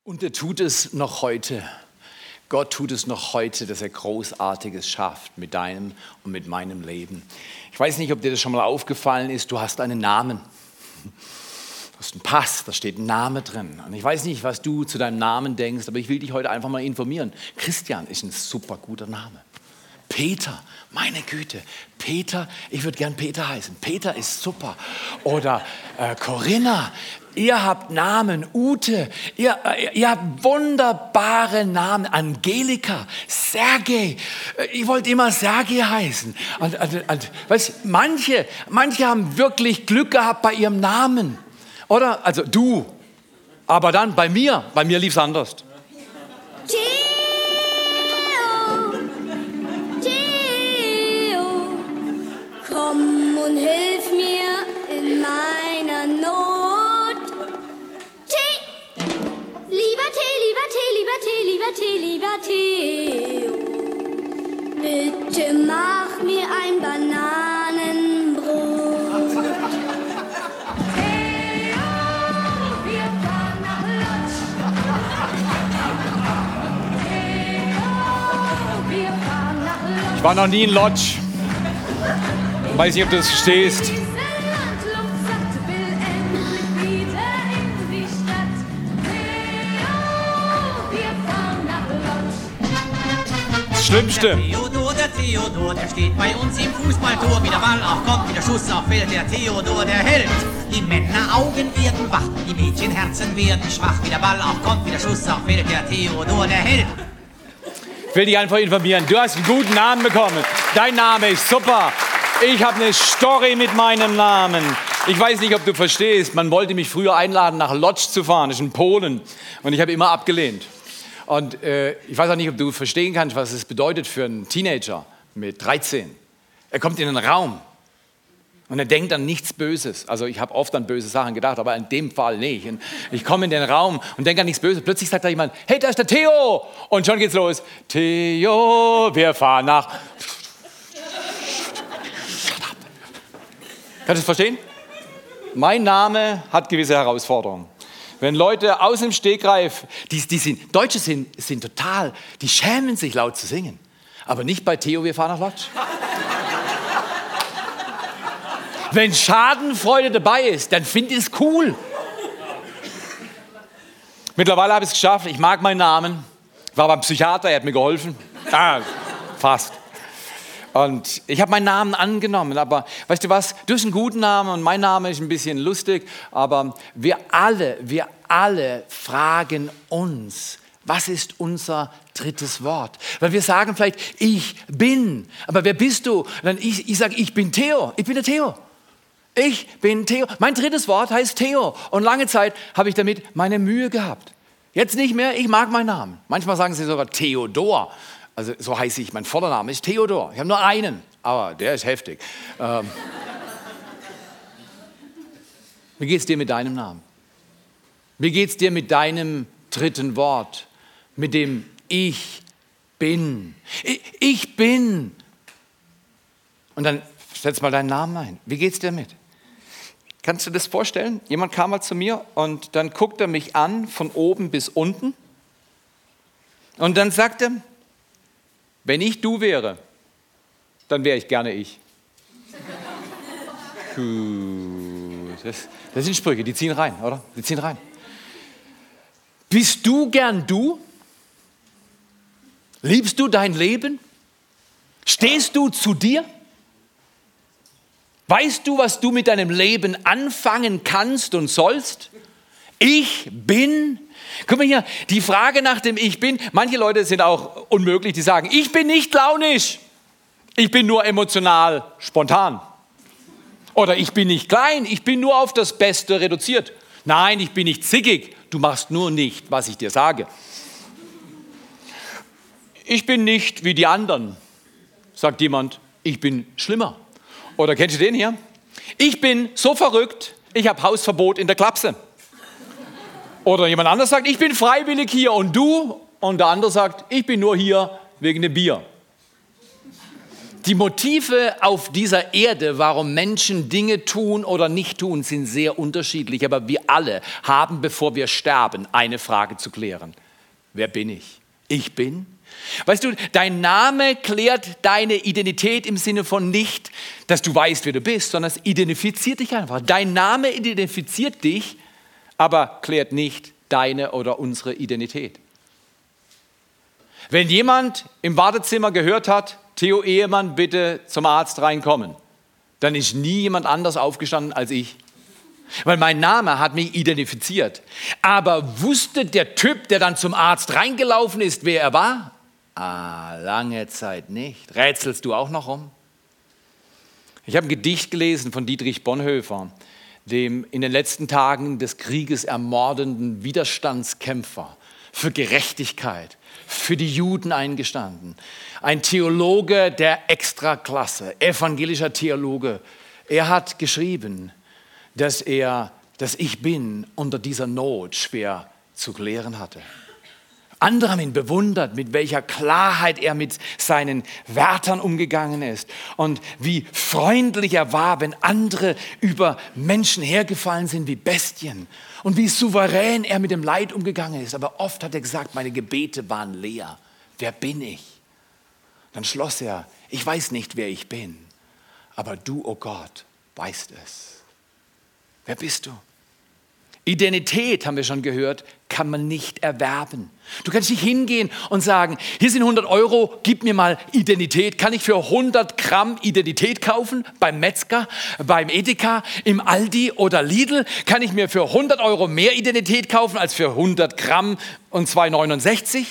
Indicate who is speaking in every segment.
Speaker 1: Und er tut es noch heute. Gott tut es noch heute, dass er Großartiges schafft mit deinem und mit meinem Leben. Ich weiß nicht, ob dir das schon mal aufgefallen ist, du hast einen Namen. Du hast einen Pass, da steht ein Name drin. Und ich weiß nicht, was du zu deinem Namen denkst, aber ich will dich heute einfach mal informieren. Christian ist ein super guter Name. Peter, meine Güte, Peter, ich würde gern Peter heißen. Peter ist super. Oder Corinna, ihr habt Namen. Ute, ihr habt wunderbare Namen. Angelika, Sergej, ich wollte immer Sergej heißen. Und weißt, manche haben wirklich Glück gehabt bei ihrem Namen. Oder? Also du. Aber dann bei mir lief es anders.
Speaker 2: Komm und hilf mir in meiner Not. Lieber Theo, bitte mach mir ein Bananenbrot. Theo, wir fahren nach Lodz. Theo, wir fahren nach Lodz.
Speaker 1: Ich war noch nie in Lodz. Ich weiß nicht, ob du das verstehst. Das Schlimmste.
Speaker 3: Der Theodor, der steht bei uns im Fußballtor. Wie der Ball aufkommt, wie der Schuss auffällt, der Theodor, der Held. Die Männeraugen werden wach, die Mädchenherzen werden schwach. Wie der Ball aufkommt, wie der Schuss auffällt, der Theodor, der Held.
Speaker 1: Ich will dich einfach informieren, du hast einen guten Namen bekommen. Dein Name ist super. Ich habe eine Story mit meinem Namen. Ich weiß nicht, ob du verstehst, man wollte mich früher einladen, nach Lodz zu fahren, das ist in Polen. Und ich habe immer abgelehnt. Und ich weiß auch nicht, ob du verstehen kannst, was es bedeutet für einen Teenager mit 13. Er kommt in einen Raum und er denkt an nichts Böses. Also ich habe oft an böse Sachen gedacht, aber in dem Fall nicht. Und ich komme in den Raum und denke an nichts Böses. Plötzlich sagt da jemand, hey, da ist der Theo. Und schon geht's los. Theo, wir fahren nach... Kannst du das verstehen? Mein Name hat gewisse Herausforderungen. Wenn Leute aus dem Stegreif, Deutsche sind total, die schämen sich laut zu singen. Aber nicht bei Theo, wir fahren nach Lodz. Wenn Schadenfreude dabei ist, dann finde ich es cool. Mittlerweile habe ich es geschafft, ich mag meinen Namen. Ich war beim Psychiater, er hat mir geholfen. Fast. Und ich habe meinen Namen angenommen, aber weißt du was, du hast einen guten Namen und mein Name ist ein bisschen lustig, aber wir alle fragen uns, was ist unser drittes Wort? Weil wir sagen vielleicht, ich bin, aber wer bist du? Und dann ich sage, ich bin Theo, ich bin der Theo. Ich bin Theo. Mein drittes Wort heißt Theo und lange Zeit habe ich damit meine Mühe gehabt. Jetzt nicht mehr, ich mag meinen Namen. Manchmal sagen sie sogar Theodor. Also so heiße ich, mein Vordername ist Theodor. Ich habe nur einen, aber der ist heftig. Wie geht's dir mit deinem Namen? Wie geht's dir mit deinem dritten Wort? Mit dem Ich bin. Ich bin. Und dann setz mal deinen Namen ein. Wie geht's dir mit? Kannst du das vorstellen? Jemand kam mal zu mir und dann guckt er mich an, von oben bis unten. Und dann sagt er, wenn ich du wäre, dann wäre ich gerne ich. Das sind Sprüche, die ziehen rein, oder? Die ziehen rein. Bist du gern du? Liebst du dein Leben? Stehst du zu dir? Weißt du, was du mit deinem Leben anfangen kannst und sollst? Ich bin. Guck mal hier, die Frage nach dem Ich bin, manche Leute sind auch unmöglich, die sagen, ich bin nicht launisch, ich bin nur emotional spontan. Oder ich bin nicht klein, ich bin nur auf das Beste reduziert. Nein, ich bin nicht zickig, du machst nur nicht, was ich dir sage. Ich bin nicht wie die anderen, sagt jemand, ich bin schlimmer. Oder kennst du den hier? Ich bin so verrückt, ich habe Hausverbot in der Klapse. Oder jemand anderes sagt, ich bin freiwillig hier und du. Und der andere sagt, ich bin nur hier wegen dem Bier. Die Motive auf dieser Erde, warum Menschen Dinge tun oder nicht tun, sind sehr unterschiedlich. Aber wir alle haben, bevor wir sterben, eine Frage zu klären. Wer bin ich? Ich bin? Weißt du, dein Name klärt deine Identität im Sinne von nicht, dass du weißt, wer du bist, sondern es identifiziert dich einfach. Dein Name identifiziert dich, aber klärt nicht deine oder unsere Identität. Wenn jemand im Wartezimmer gehört hat, Theo Ehemann, bitte zum Arzt reinkommen, dann ist nie jemand anders aufgestanden als ich. Weil mein Name hat mich identifiziert. Aber wusste der Typ, der dann zum Arzt reingelaufen ist, wer er war? Lange Zeit nicht. Rätselst du auch noch rum? Ich habe ein Gedicht gelesen von Dietrich Bonhoeffer, dem in den letzten Tagen des Krieges ermordenden Widerstandskämpfer für Gerechtigkeit, für die Juden eingestanden. Ein Theologe der Extraklasse, evangelischer Theologe. Er hat geschrieben, dass er das Ich Bin unter dieser Not schwer zu klären hatte. Andere haben ihn bewundert, mit welcher Klarheit er mit seinen Wärtern umgegangen ist und wie freundlich er war, wenn andere über Menschen hergefallen sind wie Bestien und wie souverän er mit dem Leid umgegangen ist. Aber oft hat er gesagt, meine Gebete waren leer. Wer bin ich? Dann schloss er, ich weiß nicht, wer ich bin, aber du, oh Gott, weißt es. Wer bist du? Identität, haben wir schon gehört, kann man nicht erwerben. Du kannst nicht hingehen und sagen, hier sind 100 Euro, gib mir mal Identität. Kann ich für 100 Gramm Identität kaufen? Beim Metzger, beim Edeka, im Aldi oder Lidl? Kann ich mir für 100 Euro mehr Identität kaufen als für 100 Gramm und 2,69?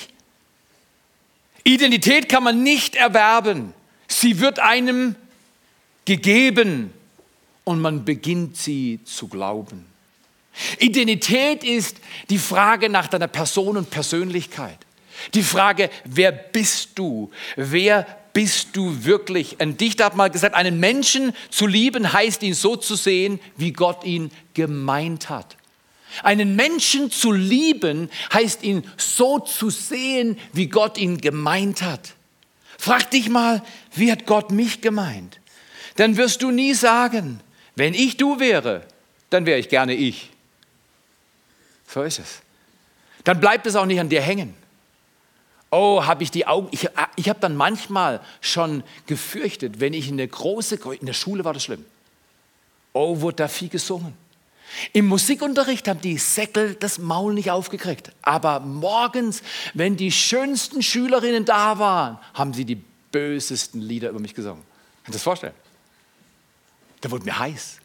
Speaker 1: Identität kann man nicht erwerben. Sie wird einem gegeben und man beginnt sie zu glauben. Identität ist die Frage nach deiner Person und Persönlichkeit. Die Frage, wer bist du? Wer bist du wirklich? Ein Dichter hat mal gesagt, einen Menschen zu lieben heißt ihn so zu sehen, wie Gott ihn gemeint hat. Einen Menschen zu lieben heißt ihn so zu sehen, wie Gott ihn gemeint hat. Frag dich mal, wie hat Gott mich gemeint? Dann wirst du nie sagen, wenn ich du wäre, dann wäre ich gerne ich. So ist es. Dann bleibt es auch nicht an dir hängen. Oh, habe ich die Augen. Ich habe dann manchmal schon gefürchtet, wenn ich in der Schule war das schlimm. Oh, wurde da viel gesungen. Im Musikunterricht haben die Säckel das Maul nicht aufgekriegt. Aber morgens, wenn die schönsten Schülerinnen da waren, haben sie die bösesten Lieder über mich gesungen. Kannst du dir das vorstellen? Da wurde mir heiß.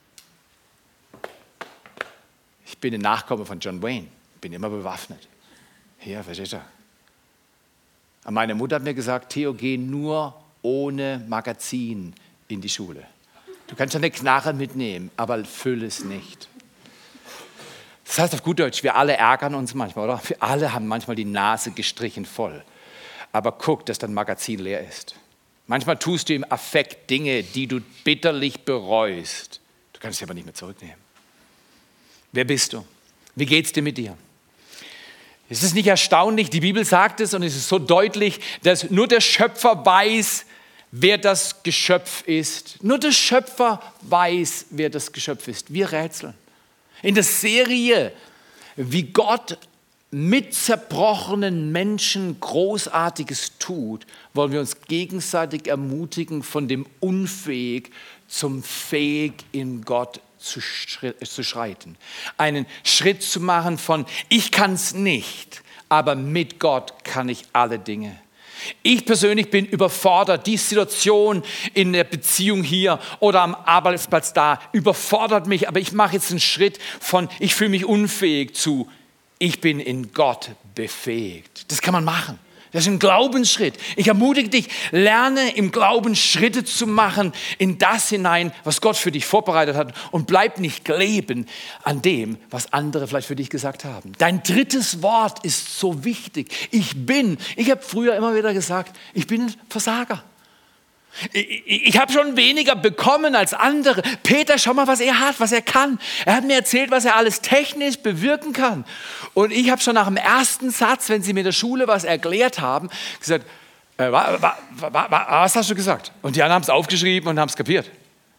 Speaker 1: Ich bin ein Nachkomme von John Wayne, bin immer bewaffnet. Hier, versteht ihr? Und meine Mutter hat mir gesagt, Theo, geh nur ohne Magazin in die Schule. Du kannst eine Knarre mitnehmen, aber füll es nicht. Das heißt auf gut Deutsch, wir alle ärgern uns manchmal, oder? Wir alle haben manchmal die Nase gestrichen voll. Aber guck, dass dein Magazin leer ist. Manchmal tust du im Affekt Dinge, die du bitterlich bereust. Du kannst sie aber nicht mehr zurücknehmen. Wer bist du? Wie geht's dir mit dir? Ist es nicht erstaunlich? Die Bibel sagt es und es ist so deutlich, dass nur der Schöpfer weiß, wer das Geschöpf ist. Nur der Schöpfer weiß, wer das Geschöpf ist. Wir rätseln. In der Serie, wie Gott mit zerbrochenen Menschen Großartiges tut, wollen wir uns gegenseitig ermutigen, von dem Unfähig zum Fähig in Gott zu schreiten. Einen Schritt zu machen von, ich kann es nicht, aber mit Gott kann ich alle Dinge. Ich persönlich bin überfordert. Die Situation in der Beziehung hier oder am Arbeitsplatz da überfordert mich, aber ich mache jetzt einen Schritt von, ich fühle mich unfähig zu, ich bin in Gott befähigt. Das kann man machen. Das ist ein Glaubensschritt. Ich ermutige dich, lerne im Glauben Schritte zu machen in das hinein, was Gott für dich vorbereitet hat und bleib nicht kleben an dem, was andere vielleicht für dich gesagt haben. Dein drittes Wort ist so wichtig. Ich habe früher immer wieder gesagt, ich bin ein Versager. Ich habe schon weniger bekommen als andere. Peter, schau mal, was er hat, was er kann. Er hat mir erzählt, was er alles technisch bewirken kann. Und ich habe schon nach dem ersten Satz, wenn sie mir in der Schule was erklärt haben, gesagt, Was hast du gesagt? Und die anderen haben es aufgeschrieben und haben es kapiert.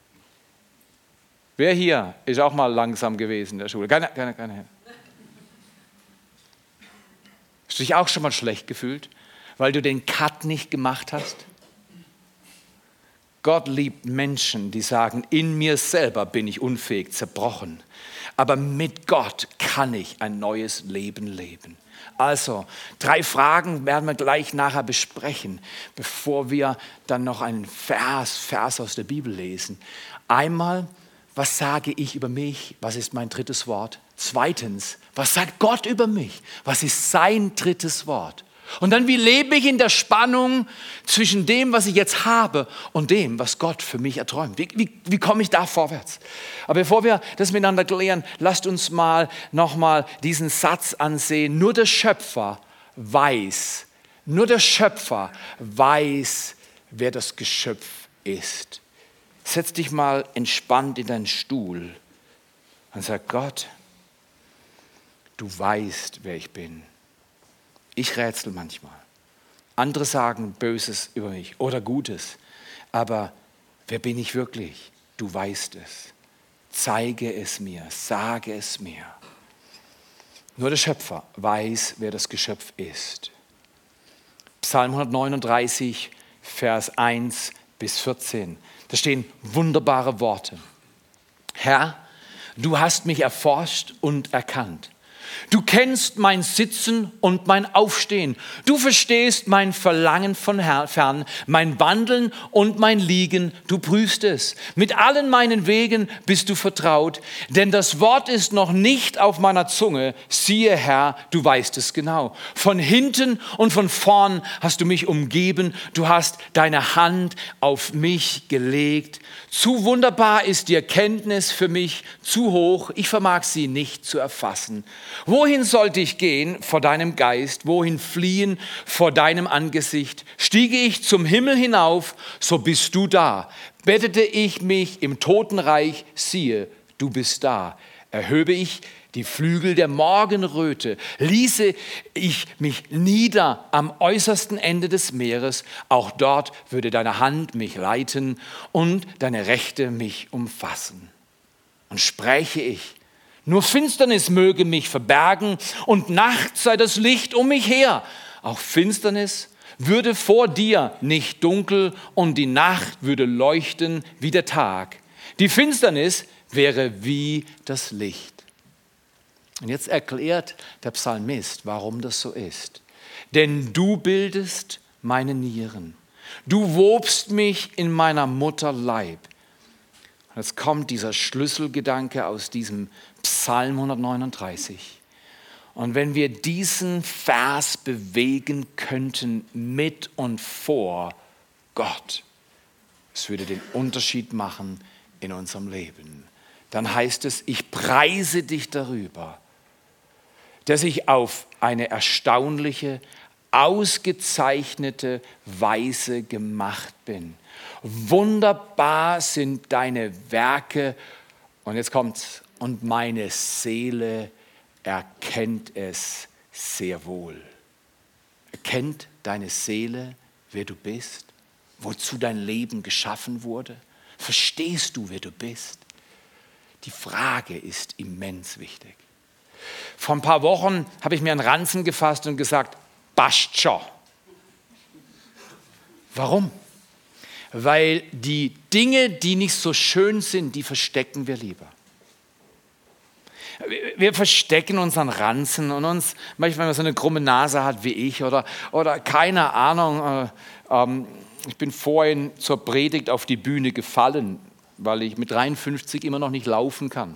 Speaker 1: Wer hier ist auch mal langsam gewesen in der Schule? Keine Hände. Hast du dich auch schon mal schlecht gefühlt, weil du den Cut nicht gemacht hast? Gott liebt Menschen, die sagen, in mir selber bin ich unfähig, zerbrochen. Aber mit Gott kann ich ein neues Leben leben. Also, 3 Fragen werden wir gleich nachher besprechen, bevor wir dann noch einen Vers aus der Bibel lesen. Einmal, was sage ich über mich? Was ist mein drittes Wort? Zweitens, was sagt Gott über mich? Was ist sein drittes Wort? Und dann, wie lebe ich in der Spannung zwischen dem, was ich jetzt habe und dem, was Gott für mich erträumt? Wie komme ich da vorwärts? Aber bevor wir das miteinander klären, lasst uns nochmal diesen Satz ansehen. Nur der Schöpfer weiß, wer das Geschöpf ist. Setz dich mal entspannt in deinen Stuhl und sag, Gott, du weißt, wer ich bin. Ich rätsel manchmal. Andere sagen Böses über mich oder Gutes. Aber wer bin ich wirklich? Du weißt es. Zeige es mir, sage es mir. Nur der Schöpfer weiß, wer das Geschöpf ist. Psalm 139, Vers 1 bis 14. Da stehen wunderbare Worte. Herr, du hast mich erforscht und erkannt. Du kennst mein Sitzen und mein Aufstehen. Du verstehst mein Verlangen von fern, mein Wandeln und mein Liegen. Du prüfst es. Mit allen meinen Wegen bist du vertraut, denn das Wort ist noch nicht auf meiner Zunge. Siehe, Herr, du weißt es genau. Von hinten und von vorn hast du mich umgeben. Du hast deine Hand auf mich gelegt. Zu wunderbar ist die Erkenntnis für mich, zu hoch. Ich vermag sie nicht zu erfassen. Wohin sollte ich gehen vor deinem Geist? Wohin fliehen vor deinem Angesicht? Stiege ich zum Himmel hinauf, so bist du da. Bettete ich mich im Totenreich, siehe, du bist da. Erhöbe ich die Flügel der Morgenröte, ließe ich mich nieder am äußersten Ende des Meeres, auch dort würde deine Hand mich leiten und deine Rechte mich umfassen. Und spräche ich, nur Finsternis möge mich verbergen und Nacht sei das Licht um mich her. Auch Finsternis würde vor dir nicht dunkel und die Nacht würde leuchten wie der Tag. Die Finsternis wäre wie das Licht. Und jetzt erklärt der Psalmist, warum das so ist. Denn du bildest meine Nieren. Du wobst mich in meiner Mutter Leib. Und jetzt kommt dieser Schlüsselgedanke aus diesem Psalm 139. Und wenn wir diesen Vers bewegen könnten mit und vor Gott, es würde den Unterschied machen in unserem Leben. Dann heißt es, ich preise dich darüber, dass ich auf eine erstaunliche, ausgezeichnete Weise gemacht bin. Wunderbar sind deine Werke. Und jetzt kommt's. Und meine Seele erkennt es sehr wohl. Erkennt deine Seele, wer du bist? Wozu dein Leben geschaffen wurde? Verstehst du, wer du bist? Die Frage ist immens wichtig. Vor ein paar Wochen habe ich mir einen Ranzen gefasst und gesagt, passt schon. Warum? Weil die Dinge, die nicht so schön sind, die verstecken wir lieber. Wir verstecken unseren Ranzen und uns, manchmal, wenn man so eine krumme Nase hat wie ich oder keine Ahnung, ich bin vorhin zur Predigt auf die Bühne gefallen, weil ich mit 53 immer noch nicht laufen kann.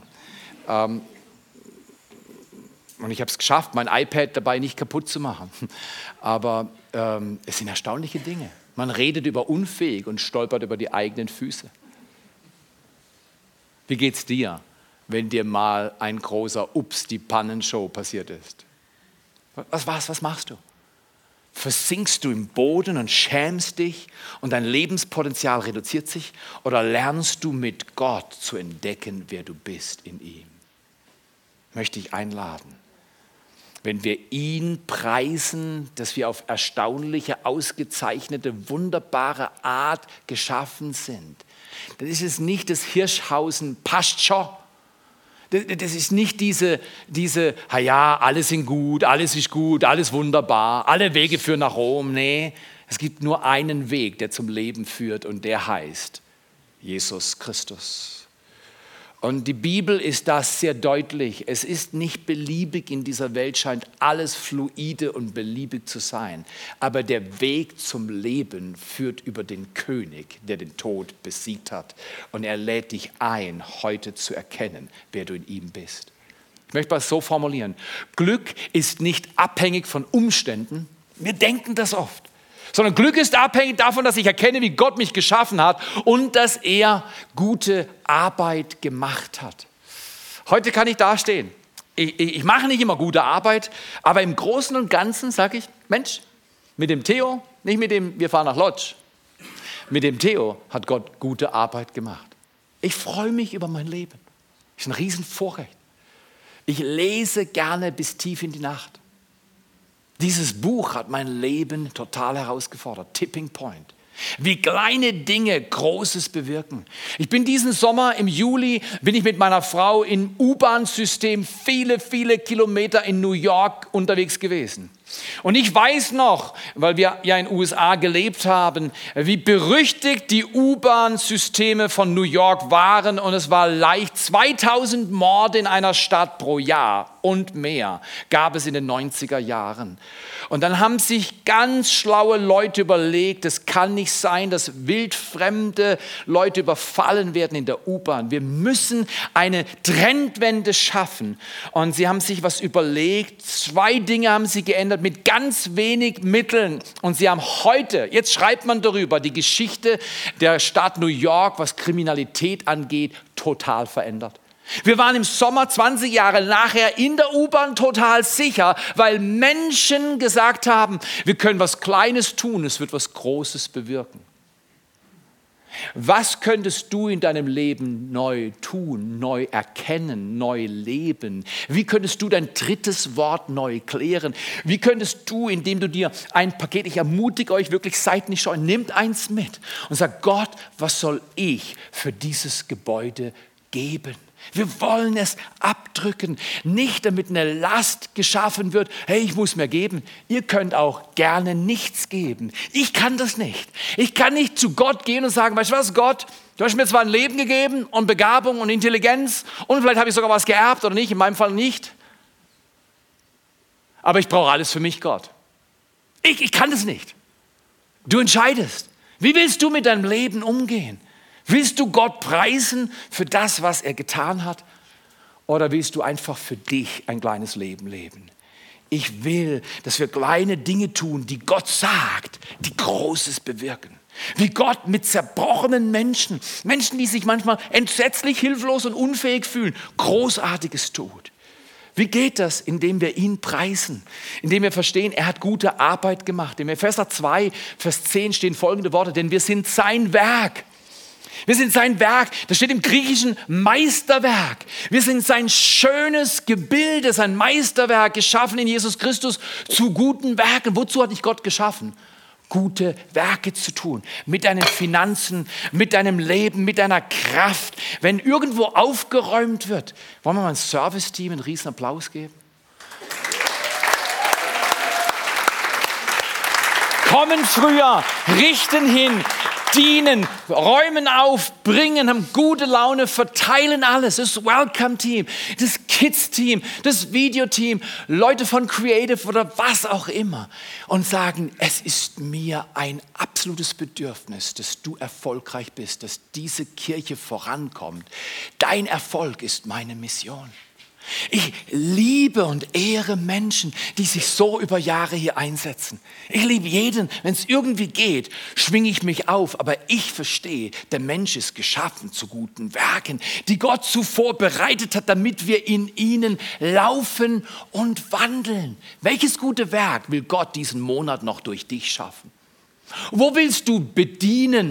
Speaker 1: Und ich habe es geschafft, mein iPad dabei nicht kaputt zu machen. Aber es sind erstaunliche Dinge. Man redet über unfähig und stolpert über die eigenen Füße. Wie geht's dir, wenn dir mal ein großer Ups, die Pannenshow passiert ist? Was machst du? Versinkst du im Boden und schämst dich und dein Lebenspotenzial reduziert sich? Oder lernst du mit Gott zu entdecken, wer du bist in ihm? Möchte ich einladen. wenn wir ihn preisen, dass wir auf erstaunliche, ausgezeichnete, wunderbare Art geschaffen sind, dann ist es nicht das Hirschhausen passt schon. Das ist nicht diese, ja, alles sind gut, alles ist gut, alles wunderbar, alle Wege führen nach Rom. Nee, es gibt nur einen Weg, der zum Leben führt und der heißt Jesus Christus. Und die Bibel ist das sehr deutlich. Es ist nicht beliebig in dieser Welt, scheint alles fluide und beliebig zu sein. Aber der Weg zum Leben führt über den König, der den Tod besiegt hat. Und er lädt dich ein, heute zu erkennen, wer du in ihm bist. Ich möchte das so formulieren. Glück ist nicht abhängig von Umständen. Wir denken das oft. Sondern Glück ist abhängig davon, dass ich erkenne, wie Gott mich geschaffen hat und dass er gute Arbeit gemacht hat. Heute kann ich dastehen. Ich mache nicht immer gute Arbeit, aber im Großen und Ganzen sage ich, Mensch, mit dem Theo, nicht mit dem, wir fahren nach Lodz, mit dem Theo hat Gott gute Arbeit gemacht. Ich freue mich über mein Leben. Das ist ein Riesenvorrecht. Ich lese gerne bis tief in die Nacht. Dieses Buch hat mein Leben total herausgefordert. Tipping Point. Wie kleine Dinge Großes bewirken. Ich bin diesen Sommer im Juli, bin ich mit meiner Frau im U-Bahn-System viele Kilometer in New York unterwegs gewesen. Und ich weiß noch, weil wir ja in den USA gelebt haben, wie berüchtigt die U-Bahn-Systeme von New York waren. Und es war leicht, 2000 Morde in einer Stadt pro Jahr und mehr gab es in den 90er Jahren. Und dann haben sich ganz schlaue Leute überlegt, es kann nicht sein, dass wildfremde Leute überfallen werden in der U-Bahn. Wir müssen eine Trendwende schaffen. Und sie haben sich was überlegt. 2 Dinge haben sie geändert mit ganz wenig Mitteln. Und sie haben heute, jetzt schreibt man darüber, die Geschichte der Stadt New York, was Kriminalität angeht, total verändert. Wir waren im Sommer 20 Jahre nachher in der U-Bahn total sicher, weil Menschen gesagt haben, wir können was Kleines tun, es wird was Großes bewirken. Was könntest du in deinem Leben neu tun, neu erkennen, neu leben? Wie könntest du dein drittes Wort neu klären? Wie könntest du, indem du dir ein Paket, ich ermutige euch wirklich, seid nicht scheu, nehmt eins mit und sagt, Gott, was soll ich für dieses Gebäude geben? Wir wollen es abdrücken, nicht damit eine Last geschaffen wird, hey, ich muss mehr geben. Ihr könnt auch gerne nichts geben. Ich kann das nicht. Ich kann nicht zu Gott gehen und sagen, weißt du was, Gott, du hast mir zwar ein Leben gegeben und Begabung und Intelligenz und vielleicht habe ich sogar was geerbt oder nicht, in meinem Fall nicht. Aber ich brauche alles für mich, Gott. Ich kann das nicht. Du entscheidest. Wie willst du mit deinem Leben umgehen? Willst du Gott preisen für das, was er getan hat? Oder willst du einfach für dich ein kleines Leben leben? Ich will, dass wir kleine Dinge tun, die Gott sagt, die Großes bewirken. Wie Gott mit zerbrochenen Menschen, die sich manchmal entsetzlich hilflos und unfähig fühlen, Großartiges tut. Wie geht das? Indem wir ihn preisen, indem wir verstehen, er hat gute Arbeit gemacht. In Epheser 2, Vers 10 stehen folgende Worte, denn wir sind sein Werk. Wir sind sein Werk, das steht im Griechischen Meisterwerk. Wir sind sein schönes Gebilde, sein Meisterwerk, geschaffen in Jesus Christus zu guten Werken. Wozu hat dich Gott geschaffen? Gute Werke zu tun, mit deinen Finanzen, mit deinem Leben, mit deiner Kraft. Wenn irgendwo aufgeräumt wird, wollen wir mal ein Serviceteam einen riesen Applaus geben? Kommen früher, richten hin, dienen, räumen auf, bringen, haben gute Laune, verteilen alles. Das Welcome-Team, das Kids-Team, das Videoteam, Leute von Creative oder was auch immer. Und sagen, es ist mir ein absolutes Bedürfnis, dass du erfolgreich bist, dass diese Kirche vorankommt. Dein Erfolg ist meine Mission. Ich liebe und ehre Menschen, die sich so über Jahre hier einsetzen. Ich liebe jeden, wenn es irgendwie geht, schwinge ich mich auf. Aber ich verstehe, der Mensch ist geschaffen zu guten Werken, die Gott zuvor bereitet hat, damit wir in ihnen laufen und wandeln. Welches gute Werk will Gott diesen Monat noch durch dich schaffen? Wo willst du bedienen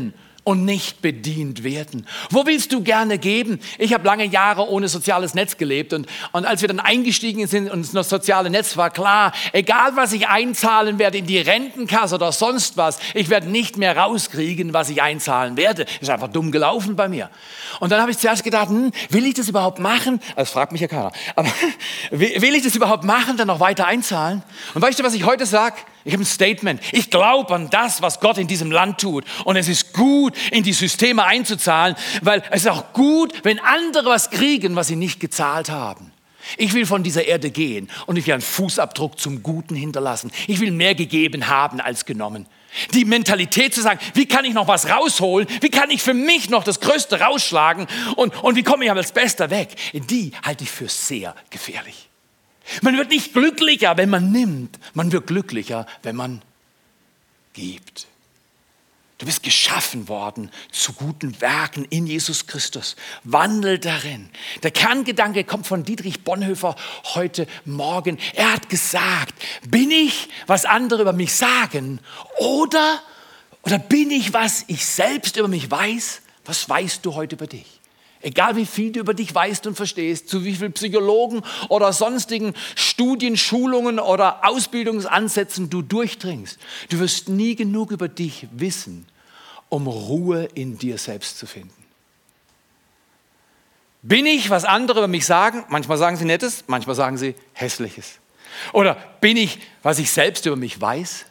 Speaker 1: und nicht bedient werden? Wo willst du gerne geben? Ich habe lange Jahre ohne soziales Netz gelebt und als wir dann eingestiegen sind und das soziale Netz war klar, egal was ich einzahlen werde in die Rentenkasse oder sonst was, ich werde nicht mehr rauskriegen, was ich einzahlen werde. Das ist einfach dumm gelaufen bei mir. Und dann habe ich zuerst gedacht, will ich das überhaupt machen? Das fragt mich ja keiner. Aber will ich das überhaupt machen, dann noch weiter einzahlen? Und weißt du, was ich heute sage? Ich habe ein Statement. Ich glaube an das, was Gott in diesem Land tut. Und es ist gut, in die Systeme einzuzahlen, weil es ist auch gut, wenn andere was kriegen, was sie nicht gezahlt haben. Ich will von dieser Erde gehen und ich will einen Fußabdruck zum Guten hinterlassen. Ich will mehr gegeben haben als genommen. Die Mentalität zu sagen, wie kann ich noch was rausholen? Wie kann ich für mich noch das Größte rausschlagen? Und wie komme ich als Bester weg? Die halte ich für sehr gefährlich. Man wird nicht glücklicher, wenn man nimmt. Man wird glücklicher, wenn man gibt. Du bist geschaffen worden zu guten Werken in Jesus Christus. Wandel darin. Der Kerngedanke kommt von Dietrich Bonhoeffer heute Morgen. Er hat gesagt, bin ich, was andere über mich sagen? Oder bin ich, was ich selbst über mich weiß? Was weißt du heute über dich? Egal wie viel du über dich weißt und verstehst, zu wie vielen Psychologen oder sonstigen Studien, Schulungen oder Ausbildungsansätzen du durchdringst, du wirst nie genug über dich wissen, um Ruhe in dir selbst zu finden. Bin ich, was andere über mich sagen? Manchmal sagen sie Nettes, manchmal sagen sie Hässliches. Oder bin ich, was ich selbst über mich weiß?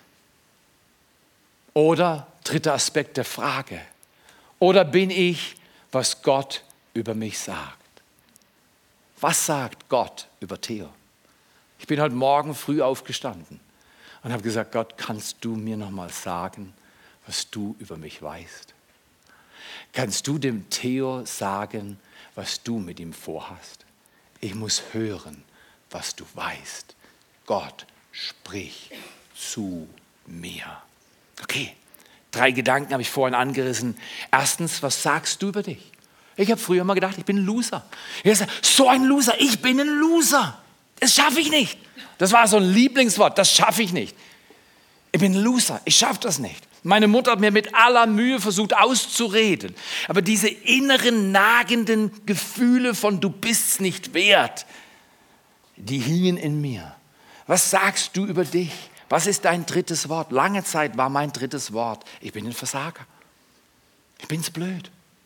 Speaker 1: Oder dritter Aspekt der Frage. Oder bin ich, was Gott über mich sagt? Was sagt Gott über Theo? Ich bin heute Morgen früh aufgestanden und habe gesagt, Gott, kannst du mir noch mal sagen, was du über mich weißt? Kannst du dem Theo sagen, was du mit ihm vorhast? Ich muss hören, was du weißt. Gott, sprich zu mir. Okay, 3 Gedanken habe ich vorhin angerissen. Erstens, was sagst du über dich? Ich habe früher mal gedacht, ich bin ein Loser. Ich habe gesagt, so ein Loser, ich bin ein Loser. Das schaffe ich nicht. Das war so ein Lieblingswort, das schaffe ich nicht. Ich bin ein Loser, ich schaffe das nicht. Meine Mutter hat mir mit aller Mühe versucht auszureden. Aber diese inneren nagenden Gefühle von du bist's nicht wert, die hingen in mir. Was sagst du über dich? Was ist dein drittes Wort? Lange Zeit war mein drittes Wort, ich bin ein Versager. Ich bin's blöd.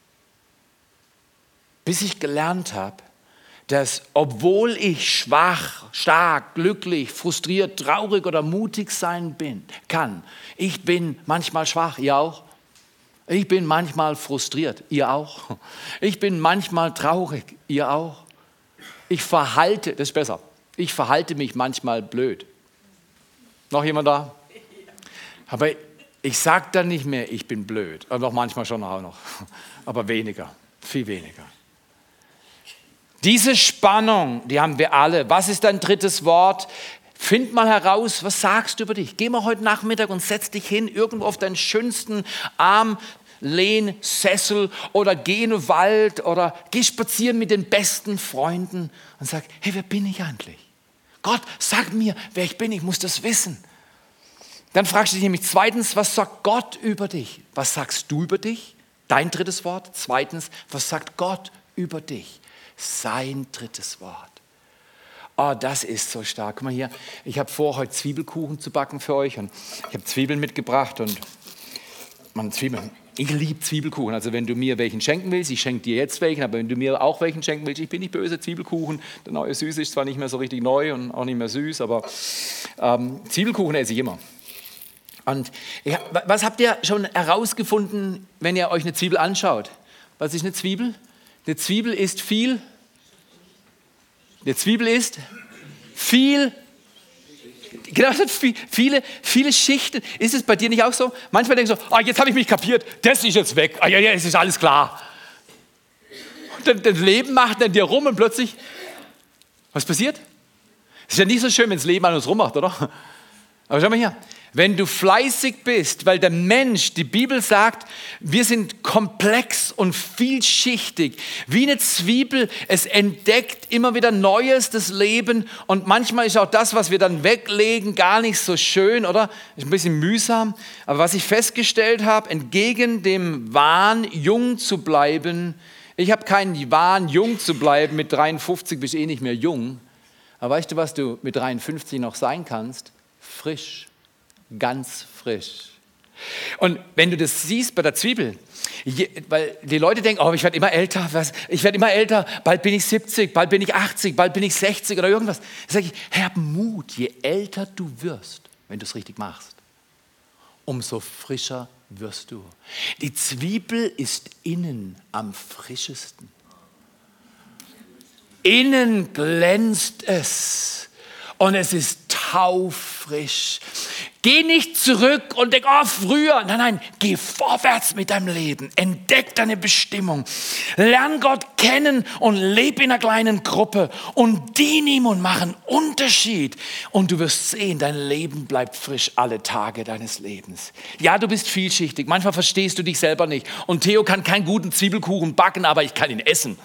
Speaker 1: Bis ich gelernt habe, dass obwohl ich schwach, stark, glücklich, frustriert, traurig oder mutig sein kann, ich bin manchmal schwach, ihr auch? Ich bin manchmal frustriert, ihr auch? Ich bin manchmal traurig, ihr auch? Das ist besser, ich verhalte mich manchmal blöd. Noch jemand da? Aber ich sage dann nicht mehr, ich bin blöd. Aber manchmal schon auch noch. Aber weniger, viel weniger. Diese Spannung, die haben wir alle. Was ist dein drittes Wort? Find mal heraus, was sagst du über dich? Geh mal heute Nachmittag und setz dich hin, irgendwo auf deinen schönsten Armlehnsessel oder geh in den Wald oder geh spazieren mit den besten Freunden und sag, hey, wer bin ich eigentlich? Gott, sag mir, wer ich bin, ich muss das wissen. Dann fragst du dich nämlich zweitens, was sagt Gott über dich? Was sagst du über dich? Dein drittes Wort. Zweitens, was sagt Gott über dich? Sein drittes Wort. Oh, das ist so stark. Guck mal hier, ich habe vor, heute Zwiebelkuchen zu backen für euch. Und ich habe Zwiebeln mitgebracht und Zwiebeln. Ich liebe Zwiebelkuchen. Also wenn du mir welchen schenken willst, ich schenke dir jetzt welchen, aber wenn du mir auch welchen schenken willst, ich bin nicht böse, Zwiebelkuchen. Der neue Süß ist zwar nicht mehr so richtig neu und auch nicht mehr süß, aber Zwiebelkuchen esse ich immer. Und was habt ihr schon herausgefunden, wenn ihr euch eine Zwiebel anschaut? Was ist eine Zwiebel? Eine Zwiebel ist viel. Genau, viele Schichten. Ist es bei dir nicht auch so? Manchmal denkst du, jetzt habe ich mich kapiert, das ist jetzt weg. Ja, es ist alles klar. Und das Leben macht an dir rum und plötzlich, was passiert? Es ist ja nicht so schön, wenn das Leben an uns rummacht, oder? Aber schau mal hier, wenn du fleißig bist, weil der Mensch, die Bibel sagt, wir sind komplex und vielschichtig, wie eine Zwiebel, es entdeckt immer wieder Neues, das Leben, und manchmal ist auch das, was wir dann weglegen, gar nicht so schön, oder? Ist ein bisschen mühsam, aber was ich festgestellt habe, entgegen dem Wahn, jung zu bleiben, ich habe keinen Wahn, jung zu bleiben, mit 53 bist du eh nicht mehr jung, aber weißt du, was du mit 53 noch sein kannst? Frisch, ganz frisch. Und wenn du das siehst bei der Zwiebel, weil die Leute denken, oh, ich werde immer älter, bald bin ich 70, bald bin ich 80, bald bin ich 60 oder irgendwas. Da sage ich, hab Mut, je älter du wirst, wenn du es richtig machst, umso frischer wirst du. Die Zwiebel ist innen am frischesten. Innen glänzt es und es ist taufrisch. Geh nicht zurück und denk, oh, früher. Nein, geh vorwärts mit deinem Leben. Entdeck deine Bestimmung. Lern Gott kennen und leb in einer kleinen Gruppe und dien ihm und mach einen Unterschied. Und du wirst sehen, dein Leben bleibt frisch alle Tage deines Lebens. Ja, du bist vielschichtig. Manchmal verstehst du dich selber nicht. Und Theo kann keinen guten Zwiebelkuchen backen, aber ich kann ihn essen.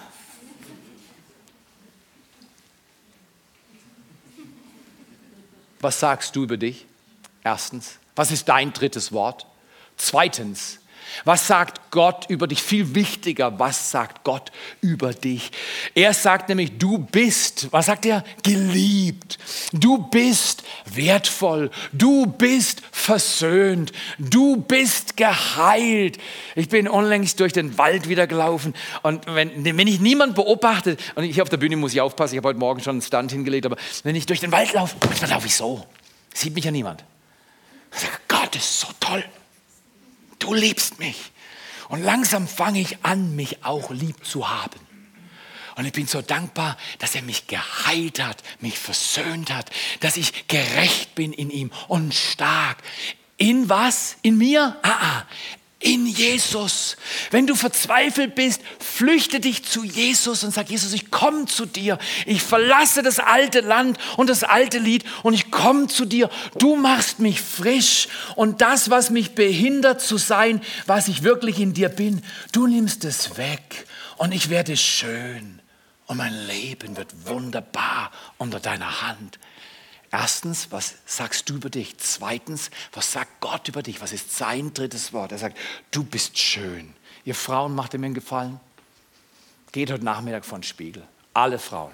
Speaker 1: Was sagst du über dich? Erstens, was ist dein drittes Wort? Zweitens, was sagt Gott über dich? Viel wichtiger, was sagt Gott über dich? Er sagt nämlich, du bist, was sagt er? Geliebt. Du bist wertvoll. Du bist versöhnt. Du bist geheilt. Ich bin unlängst durch den Wald wieder gelaufen und wenn ich niemanden beobachte, und ich auf der Bühne muss ich aufpassen, ich habe heute Morgen schon einen Stand hingelegt, aber wenn ich durch den Wald laufe, manchmal laufe ich so. Sieht mich ja niemand. Ich sage, Gott ist so toll. Du liebst mich. Und langsam fange ich an, mich auch lieb zu haben. Und ich bin so dankbar, dass er mich geheilt hat, mich versöhnt hat, dass ich gerecht bin in ihm und stark. In was? In mir? In Jesus. Wenn du verzweifelt bist, flüchte dich zu Jesus und sag, Jesus, ich komme zu dir. Ich verlasse das alte Land und das alte Lied und ich komme zu dir. Du machst mich frisch und das, was mich behindert zu sein, was ich wirklich in dir bin, du nimmst es weg und ich werde schön und mein Leben wird wunderbar unter deiner Hand. Erstens, was sagst du über dich? Zweitens, was sagt Gott über dich? Was ist sein drittes Wort? Er sagt, du bist schön. Ihr Frauen, macht ihr mir einen Gefallen? Geht heute Nachmittag vor den Spiegel. Alle Frauen.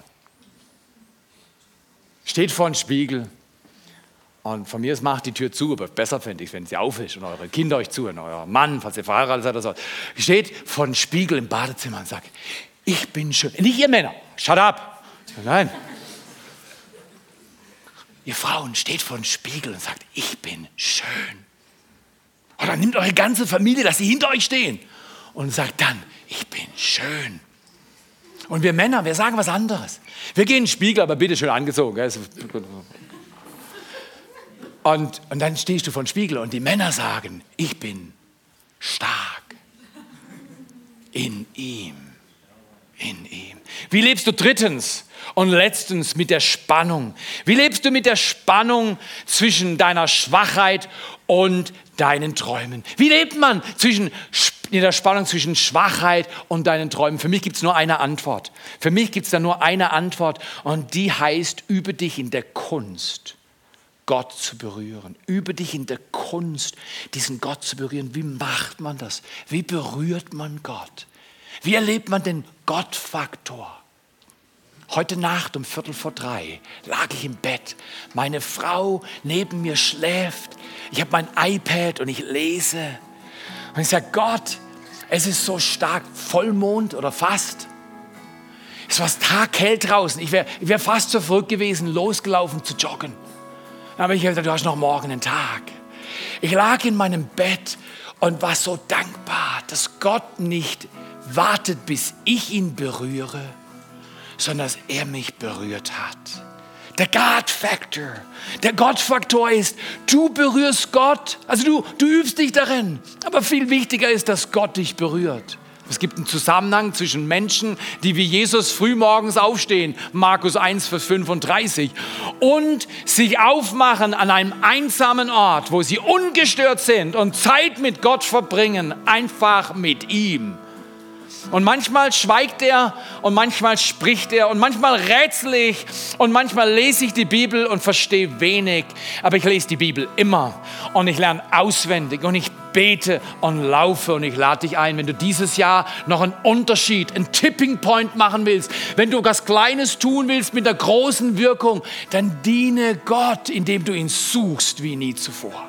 Speaker 1: Steht vor den Spiegel und von mir aus macht die Tür zu, aber besser fände ich, wenn sie auf ist und eure Kinder euch zuhören, euer Mann, falls ihr verheiratet seid oder so. Steht vor dem Spiegel im Badezimmer und sagt, ich bin schön. Nicht ihr Männer, shut up. Nein. Ihr Frauen, steht vor dem Spiegel und sagt, ich bin schön. Oder nimmt eure ganze Familie, dass sie hinter euch stehen und sagt dann, ich bin schön. Und wir Männer, wir sagen was anderes. Wir gehen in den Spiegel, aber bitte schön angezogen. Und dann stehst du vor dem Spiegel und die Männer sagen, ich bin stark in ihm. In ihm. Wie lebst du drittens und letztens mit der Spannung? Wie lebst du mit der Spannung zwischen deiner Schwachheit und deinen Träumen? Wie lebt man in der Spannung zwischen Schwachheit und deinen Träumen? Für mich gibt es nur eine Antwort. Für mich gibt es da nur eine Antwort und die heißt, übe dich in der Kunst, Gott zu berühren. Übe dich in der Kunst, diesen Gott zu berühren. Wie macht man das? Wie berührt man Gott? Wie erlebt man den Gottfaktor? Heute Nacht um 2:45 lag ich im Bett. Meine Frau neben mir schläft. Ich habe mein iPad und ich lese. Und ich sage, Gott, es ist so stark. Vollmond oder fast. Es war taghell draußen. Ich wär fast so verrückt gewesen, losgelaufen zu joggen. Aber ich habe gesagt, du hast noch morgen einen Tag. Ich lag in meinem Bett und war so dankbar, dass Gott nicht wartet, bis ich ihn berühre, sondern dass er mich berührt hat. Der God-Factor, der Gott-Faktor ist, du berührst Gott, also du übst dich darin. Aber viel wichtiger ist, dass Gott dich berührt. Es gibt einen Zusammenhang zwischen Menschen, die wie Jesus frühmorgens aufstehen, Markus 1, Vers 35, und sich aufmachen an einem einsamen Ort, wo sie ungestört sind und Zeit mit Gott verbringen, einfach mit ihm. Und manchmal schweigt er und manchmal spricht er und manchmal rätsel ich und manchmal lese ich die Bibel und verstehe wenig. Aber ich lese die Bibel immer und ich lerne auswendig und ich bete und laufe. Und ich lade dich ein, wenn du dieses Jahr noch einen Unterschied, einen Tipping Point machen willst, wenn du was Kleines tun willst mit einer großen Wirkung, dann diene Gott, indem du ihn suchst wie nie zuvor.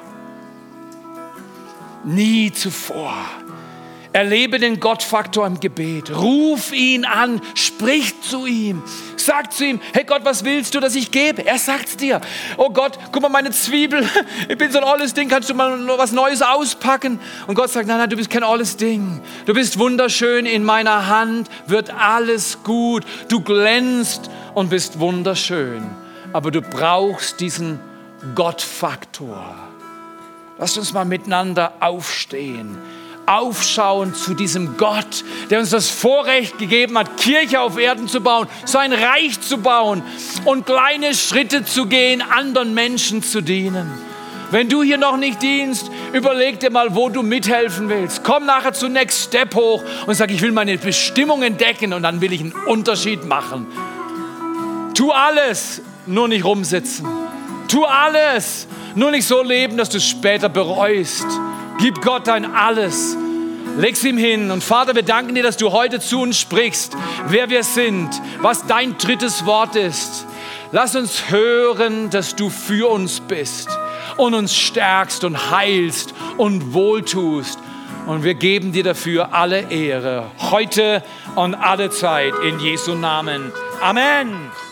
Speaker 1: Nie zuvor. Erlebe den Gottfaktor im Gebet. Ruf ihn an, sprich zu ihm. Sag zu ihm, hey Gott, was willst du, dass ich gebe? Er sagt's dir. Oh Gott, guck mal, meine Zwiebel, ich bin so ein olles Ding, kannst du mal was Neues auspacken? Und Gott sagt, nein, du bist kein olles Ding. Du bist wunderschön, in meiner Hand wird alles gut. Du glänzt und bist wunderschön. Aber du brauchst diesen Gottfaktor. Lasst uns mal miteinander aufstehen. Aufschauen zu diesem Gott, der uns das Vorrecht gegeben hat, Kirche auf Erden zu bauen, sein Reich zu bauen und kleine Schritte zu gehen, anderen Menschen zu dienen. Wenn du hier noch nicht dienst, überleg dir mal, wo du mithelfen willst. Komm nachher zu Next Step hoch und sag, ich will meine Bestimmung entdecken und dann will ich einen Unterschied machen. Tu alles, nur nicht rumsitzen. Tu alles, nur nicht so leben, dass du es später bereust. Gib Gott dein Alles. Leg's ihm hin. Und Vater, wir danken dir, dass du heute zu uns sprichst, wer wir sind, was dein drittes Wort ist. Lass uns hören, dass du für uns bist und uns stärkst und heilst und wohltust. Und wir geben dir dafür alle Ehre, heute und alle Zeit, in Jesu Namen. Amen.